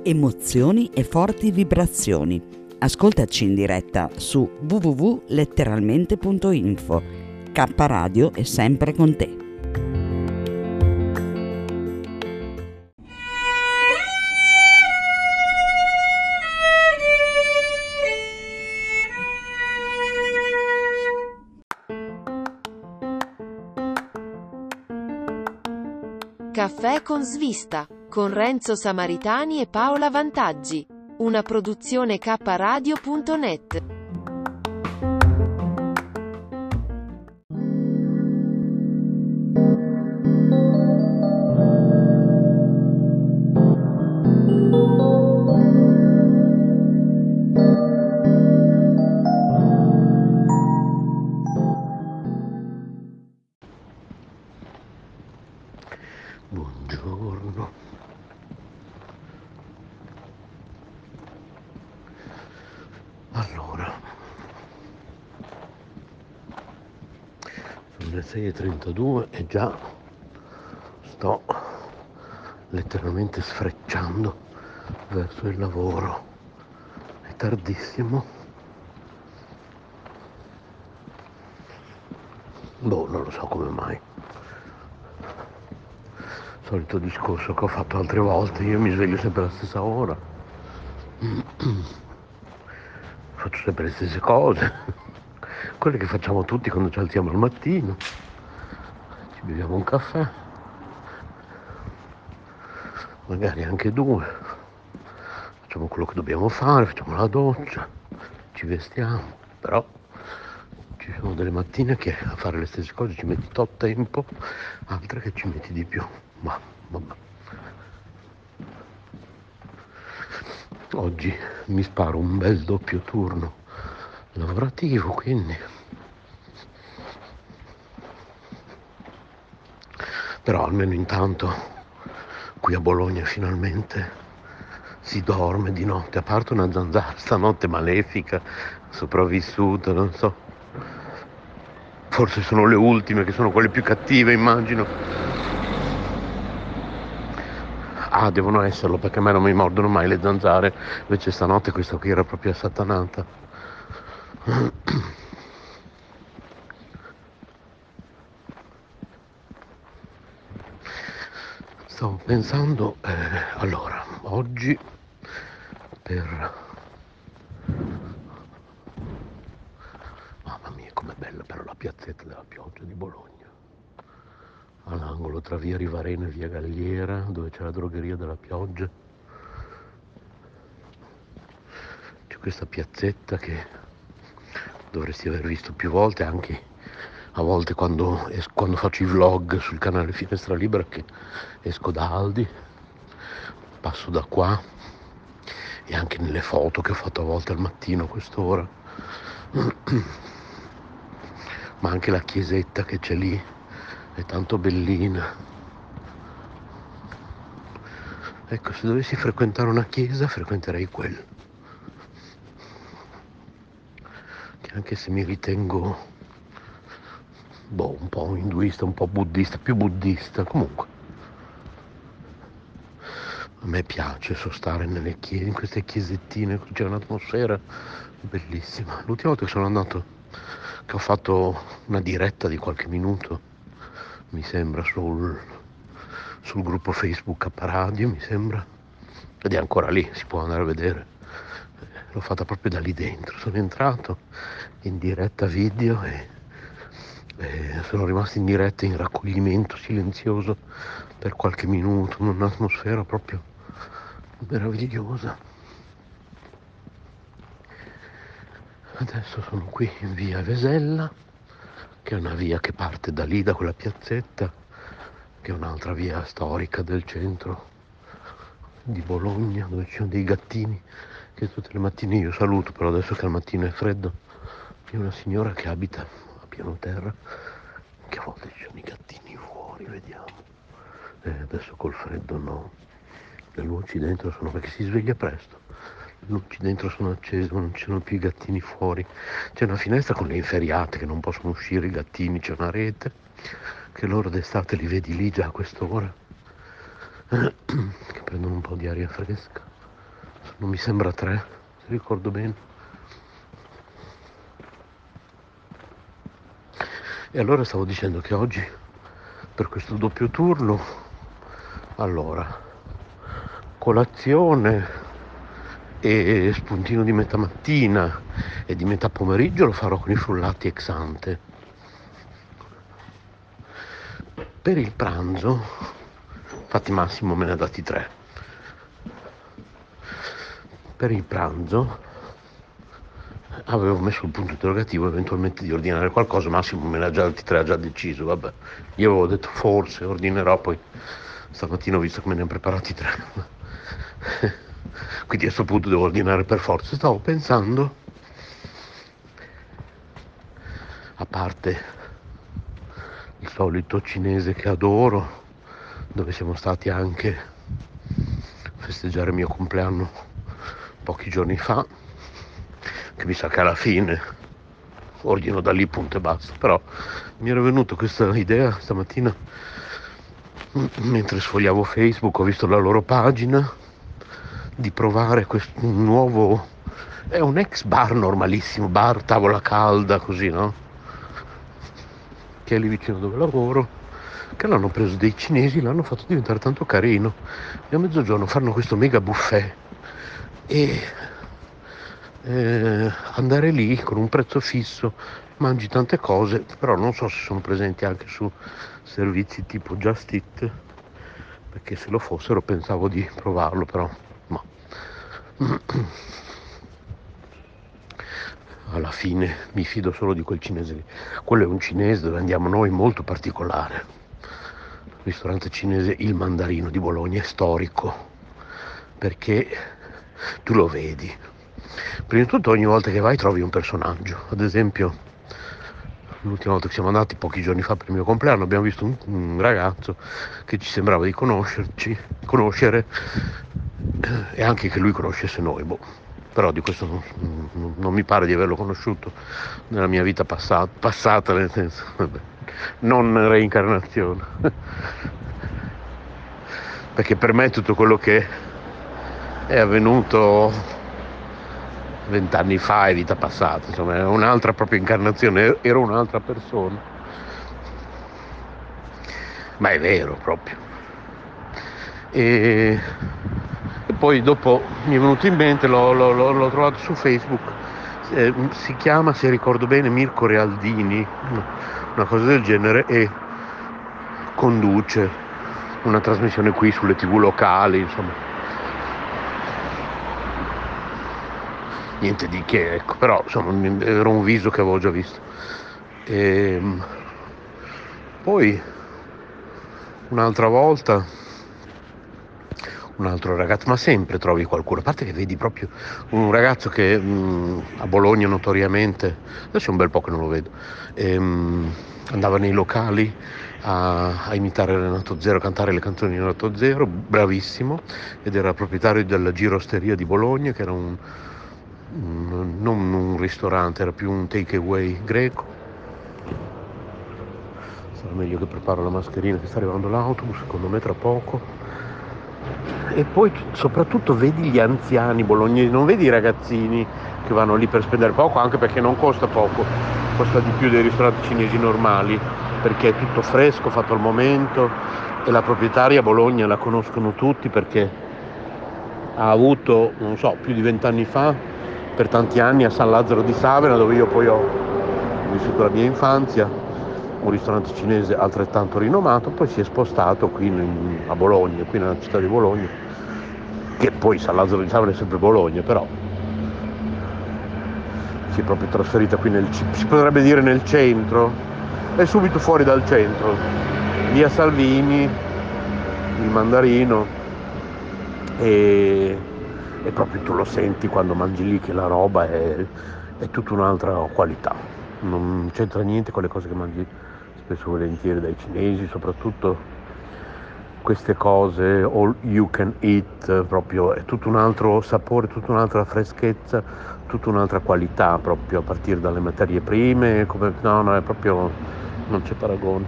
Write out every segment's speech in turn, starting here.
emozioni e forti vibrazioni. Ascoltaci in diretta su www.letteralmente.info. K Radio è sempre con te. Caffè con svista, con Renzo Samaritani e Paola Vantaggi. Una produzione kradio.net. Buongiorno. Allora, sono le 6:32 e già sto letteralmente sfrecciando verso il lavoro. È tardissimo. Non lo so come mai. Solito discorso che ho fatto altre volte, io mi sveglio sempre alla stessa ora. Faccio sempre le stesse cose, quelle che facciamo tutti quando ci alziamo al mattino. Ci beviamo un caffè, magari anche due, facciamo quello che dobbiamo fare, facciamo la doccia, ci vestiamo, però ci sono delle mattine che a fare le stesse cose ci metti tot tempo, altre che ci metti di più, ma vabbè. Oggi mi sparo un bel doppio turno lavorativo, quindi però almeno intanto qui a Bologna finalmente si dorme di notte, a parte una zanzara stanotte malefica, sopravvissuta, non so, forse sono le ultime che sono quelle più cattive, immagino. Devono esserlo, perché a me non mi mordono mai le zanzare, invece stanotte questa qui era proprio assatanata. Stavo pensando, allora, oggi mamma mia com'è bella però la piazzetta della Pioggia di Bologna, all'angolo tra via Rivarena e via Galliera, dove c'è la drogheria della Pioggia. C'è questa piazzetta che dovresti aver visto più volte, anche a volte quando faccio i vlog sul canale Finestra Libera, che esco da Aldi, passo da qua, e anche nelle foto che ho fatto a volte al mattino a quest'ora. Ma anche la chiesetta che c'è lì è tanto bellina. Ecco, se dovessi frequentare una chiesa frequenterei quella, che anche se mi ritengo un po' induista, un po' buddista, più buddista, comunque a me piace stare nelle chiese, in queste chiesettine, c'è un'atmosfera bellissima. L'ultima volta che sono andato, che ho fatto una diretta di qualche minuto, mi sembra, sul gruppo Facebook K Radio, mi sembra, ed è ancora lì, si può andare a vedere. L'ho fatta proprio da lì dentro, sono entrato in diretta video e sono rimasto in diretta in raccoglimento silenzioso per qualche minuto, un'atmosfera proprio meravigliosa. Adesso sono qui in via Vesella, che è una via che parte da lì, da quella piazzetta, che è un'altra via storica del centro di Bologna, dove ci sono dei gattini che tutte le mattine io saluto, però adesso che al mattino è freddo, c'è una signora che abita a piano terra, che a volte ci sono i gattini fuori, vediamo. Adesso col freddo no, le luci dentro sono, perché si sveglia presto, le luci dentro sono accese, ma non ci sono più i gattini fuori. C'è una finestra con le inferriate che non possono uscire i gattini, c'è una rete che loro d'estate li vedi lì già a quest'ora che prendono un po' di aria fresca. non mi sembra 3, se ricordo bene. E allora stavo dicendo che oggi, per questo doppio turno, allora, colazione e spuntino di metà mattina e di metà pomeriggio lo farò con i frullati ex ante. Per il pranzo, infatti Massimo me ne ha dati 3. Per il pranzo avevo messo il punto interrogativo eventualmente di ordinare qualcosa. Massimo me ne ha già dati 3, ha già deciso, vabbè. Io avevo detto forse ordinerò, poi stamattina ho visto che me ne hanno preparati 3. Quindi a questo punto devo ordinare per forza. Stavo pensando, a parte il solito cinese che adoro, dove siamo stati anche a festeggiare il mio compleanno pochi giorni fa, che mi sa che alla fine ordino da lì, punto e basta. Però mi era venuta questa idea stamattina mentre sfogliavo Facebook, ho visto la loro pagina, di provare questo nuovo, è un ex bar normalissimo, bar tavola calda così, no? Che è lì vicino dove lavoro, che l'hanno preso dei cinesi, l'hanno fatto diventare tanto carino, e a mezzogiorno fanno questo mega buffet e andare lì con un prezzo fisso, mangi tante cose, però non so se sono presenti anche su servizi tipo Just Eat, perché se lo fossero pensavo di provarlo, però no. Alla fine mi fido solo di quel cinese lì. Quello è un cinese dove andiamo noi, molto particolare. Il ristorante cinese Il Mandarino di Bologna è storico, perché tu lo vedi. Prima di tutto ogni volta che vai trovi un personaggio. Ad esempio, l'ultima volta che siamo andati, pochi giorni fa per il mio compleanno, abbiamo visto un ragazzo che ci sembrava di conoscere, e anche che lui conoscesse noi, però di questo non mi pare di averlo conosciuto nella mia vita passata, nel senso, vabbè, non reincarnazione. Perché per me tutto quello che è avvenuto 20 anni fa è vita passata, insomma è un'altra propria incarnazione, ero un'altra persona, ma è vero proprio. E poi dopo mi è venuto in mente, l'ho trovato su Facebook, si chiama, se ricordo bene, Mirko Realdini, una cosa del genere, e conduce una trasmissione qui sulle TV locali, insomma niente di che, ecco, però insomma era un viso che avevo già visto. Poi un'altra volta un altro ragazzo, ma sempre trovi qualcuno, a parte che vedi proprio un ragazzo che a Bologna notoriamente, adesso è un bel po' che non lo vedo, andava nei locali a imitare Renato Zero, a cantare le canzoni di Renato Zero, bravissimo, ed era proprietario della Girosteria di Bologna, che era non un ristorante, era più un take away greco. Sarà meglio che preparo la mascherina, che sta arrivando l'autobus, secondo me tra poco. E poi soprattutto vedi gli anziani bolognesi, non vedi i ragazzini che vanno lì per spendere poco, anche perché non costa poco, costa di più dei ristoranti cinesi normali, perché è tutto fresco, fatto al momento, e la proprietaria a Bologna la conoscono tutti perché ha avuto, non so, più di 20 anni fa, per tanti anni a San Lazzaro di Savena, dove io poi ho vissuto la mia infanzia, un ristorante cinese altrettanto rinomato, poi si è spostato qui a Bologna, qui nella città di Bologna, che poi San Lazzaro di Savena è sempre Bologna, però si è proprio trasferita qui si potrebbe dire nel centro, è subito fuori dal centro, via Salvini, il Mandarino, e proprio tu lo senti quando mangi lì che la roba è tutta un'altra qualità, non c'entra niente con le cose che mangi spesso e volentieri dai cinesi, soprattutto queste cose all you can eat, proprio è tutto un altro sapore, tutta un'altra freschezza, tutta un'altra qualità, proprio a partire dalle materie prime, no, è proprio, non c'è paragone.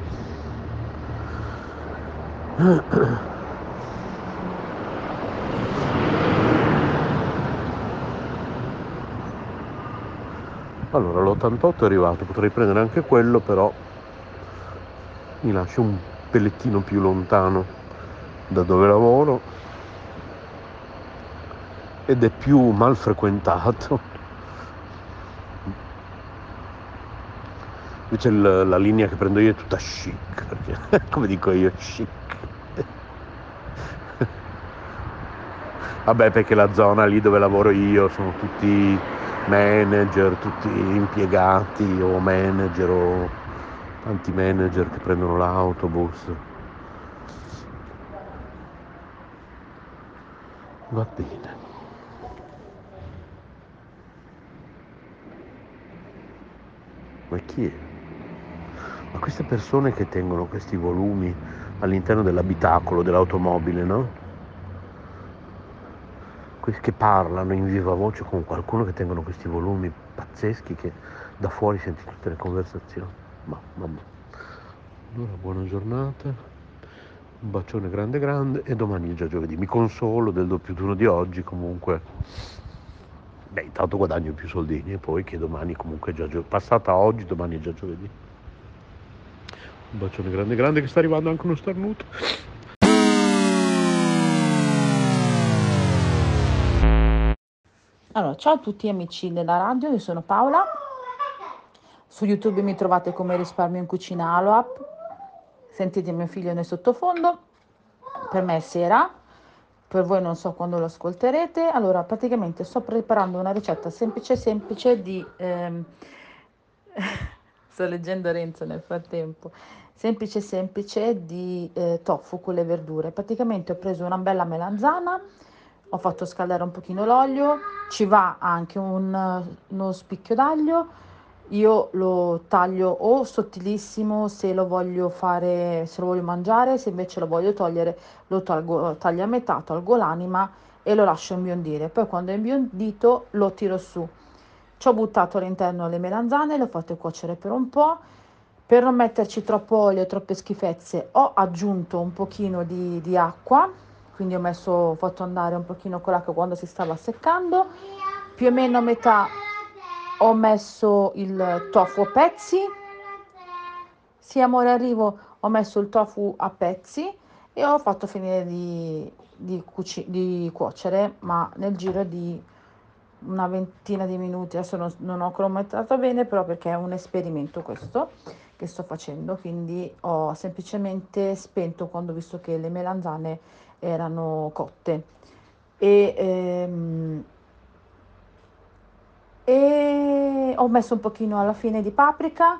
Allora, l'88 è arrivato, potrei prendere anche quello, però mi lascia un pellettino più lontano da dove lavoro ed è più mal frequentato. Invece la linea che prendo io è tutta chic, perché, come dico io, chic. Vabbè, perché la zona lì dove lavoro io sono tutti manager, tutti impiegati o manager o tanti manager che prendono l'autobus. Va bene. Ma chi è? Ma queste persone che tengono questi volumi all'interno dell'abitacolo dell'automobile, no? Che parlano in viva voce con qualcuno, che tengono questi volumi pazzeschi che da fuori senti tutte le conversazioni. Ma vabbè. Allora, buona giornata, un bacione grande grande e domani è già giovedì. Mi consolo del doppio turno di oggi, comunque. Beh, intanto guadagno più soldini e poi che domani comunque è già giovedì. Passata oggi, domani è già giovedì. Un bacione grande grande, che sta arrivando anche uno starnuto. Allora, ciao a tutti amici della radio, io sono Paola, su YouTube mi trovate come Risparmio in Cucina Aloap, sentite mio figlio nel sottofondo, per me è sera, per voi non so quando lo ascolterete. Allora, praticamente sto preparando una ricetta semplice di... sto leggendo Renzo nel frattempo. Semplice di tofu con le verdure. Praticamente ho preso una bella melanzana, ho fatto scaldare un pochino l'olio, ci va anche uno spicchio d'aglio. Io lo taglio o sottilissimo se lo voglio fare, se lo voglio mangiare, se invece lo voglio togliere, lo taglio a metà, tolgo l'anima e lo lascio imbiondire. Poi quando è imbiondito lo tiro su. Ci ho buttato all'interno le melanzane, le ho fatte cuocere per un po'. Per non metterci troppo olio, troppe schifezze, ho aggiunto un pochino di acqua, quindi ho fatto andare un pochino con l'acqua quando si stava seccando. Più o meno a metà ho messo il tofu a pezzi. Sì, amore, arrivo. Ho messo il tofu a pezzi e ho fatto finire di cuocere, ma nel giro di una ventina di minuti. Adesso non ho cronometrato bene, però perché è un esperimento questo che sto facendo, quindi ho semplicemente spento quando ho visto che le melanzane erano cotte e, ehm, e ho messo un pochino alla fine di paprika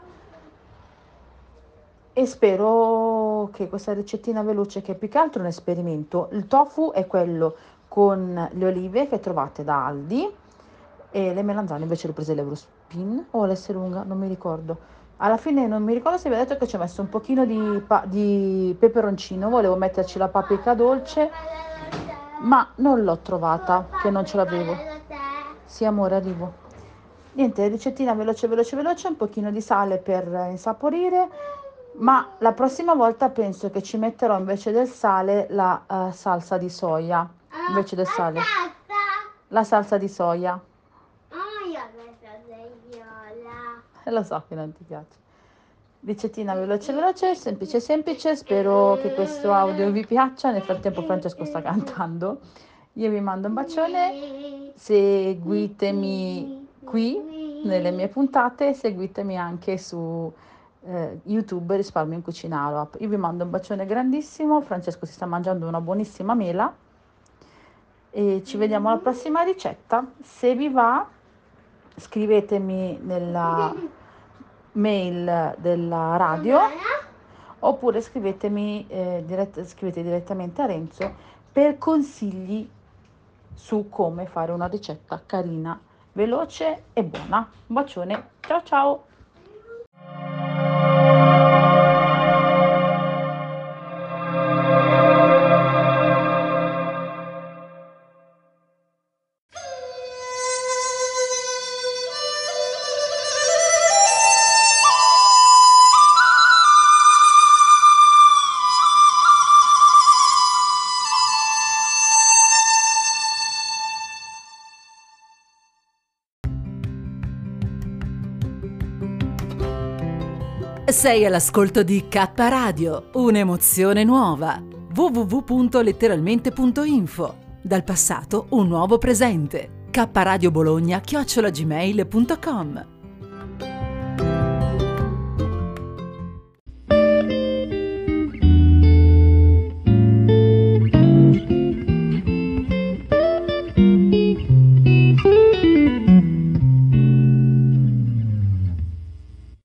e spero che questa ricettina veloce, che è più che altro un esperimento. Il tofu è quello con le olive che trovate da Aldi e le melanzane invece le ho prese l'Eurospin o l'Esselunga, non mi ricordo. Alla fine non mi ricordo se vi ho detto che ci ho messo un pochino di peperoncino, volevo metterci la paprika dolce, ma non l'ho trovata, che non ce l'avevo. Sì, amore, arrivo. Niente, ricettina veloce, un pochino di sale per insaporire, ma la prossima volta penso che ci metterò invece del sale la salsa di soia, invece del sale. La salsa di soia. Io ho messo viola. Lo so che non ti piace. Ricettina veloce, semplice, spero che questo audio vi piaccia. Nel frattempo Francesco sta cantando. Io vi mando un bacione, seguitemi qui nelle mie puntate, seguitemi anche su YouTube Risparmio in Cucina Aloap. Io vi mando un bacione grandissimo, Francesco si sta mangiando una buonissima mela e ci vediamo alla prossima ricetta. Se vi va, scrivetemi nella mail della radio oppure scrivete direttamente a Renzo per consigli su come fare una ricetta carina, veloce e buona. Un bacione, ciao ciao! Sei all'ascolto di K Radio, un'emozione nuova. www.letteralmente.info. Dal passato un nuovo presente. kradiobologna@gmail.com.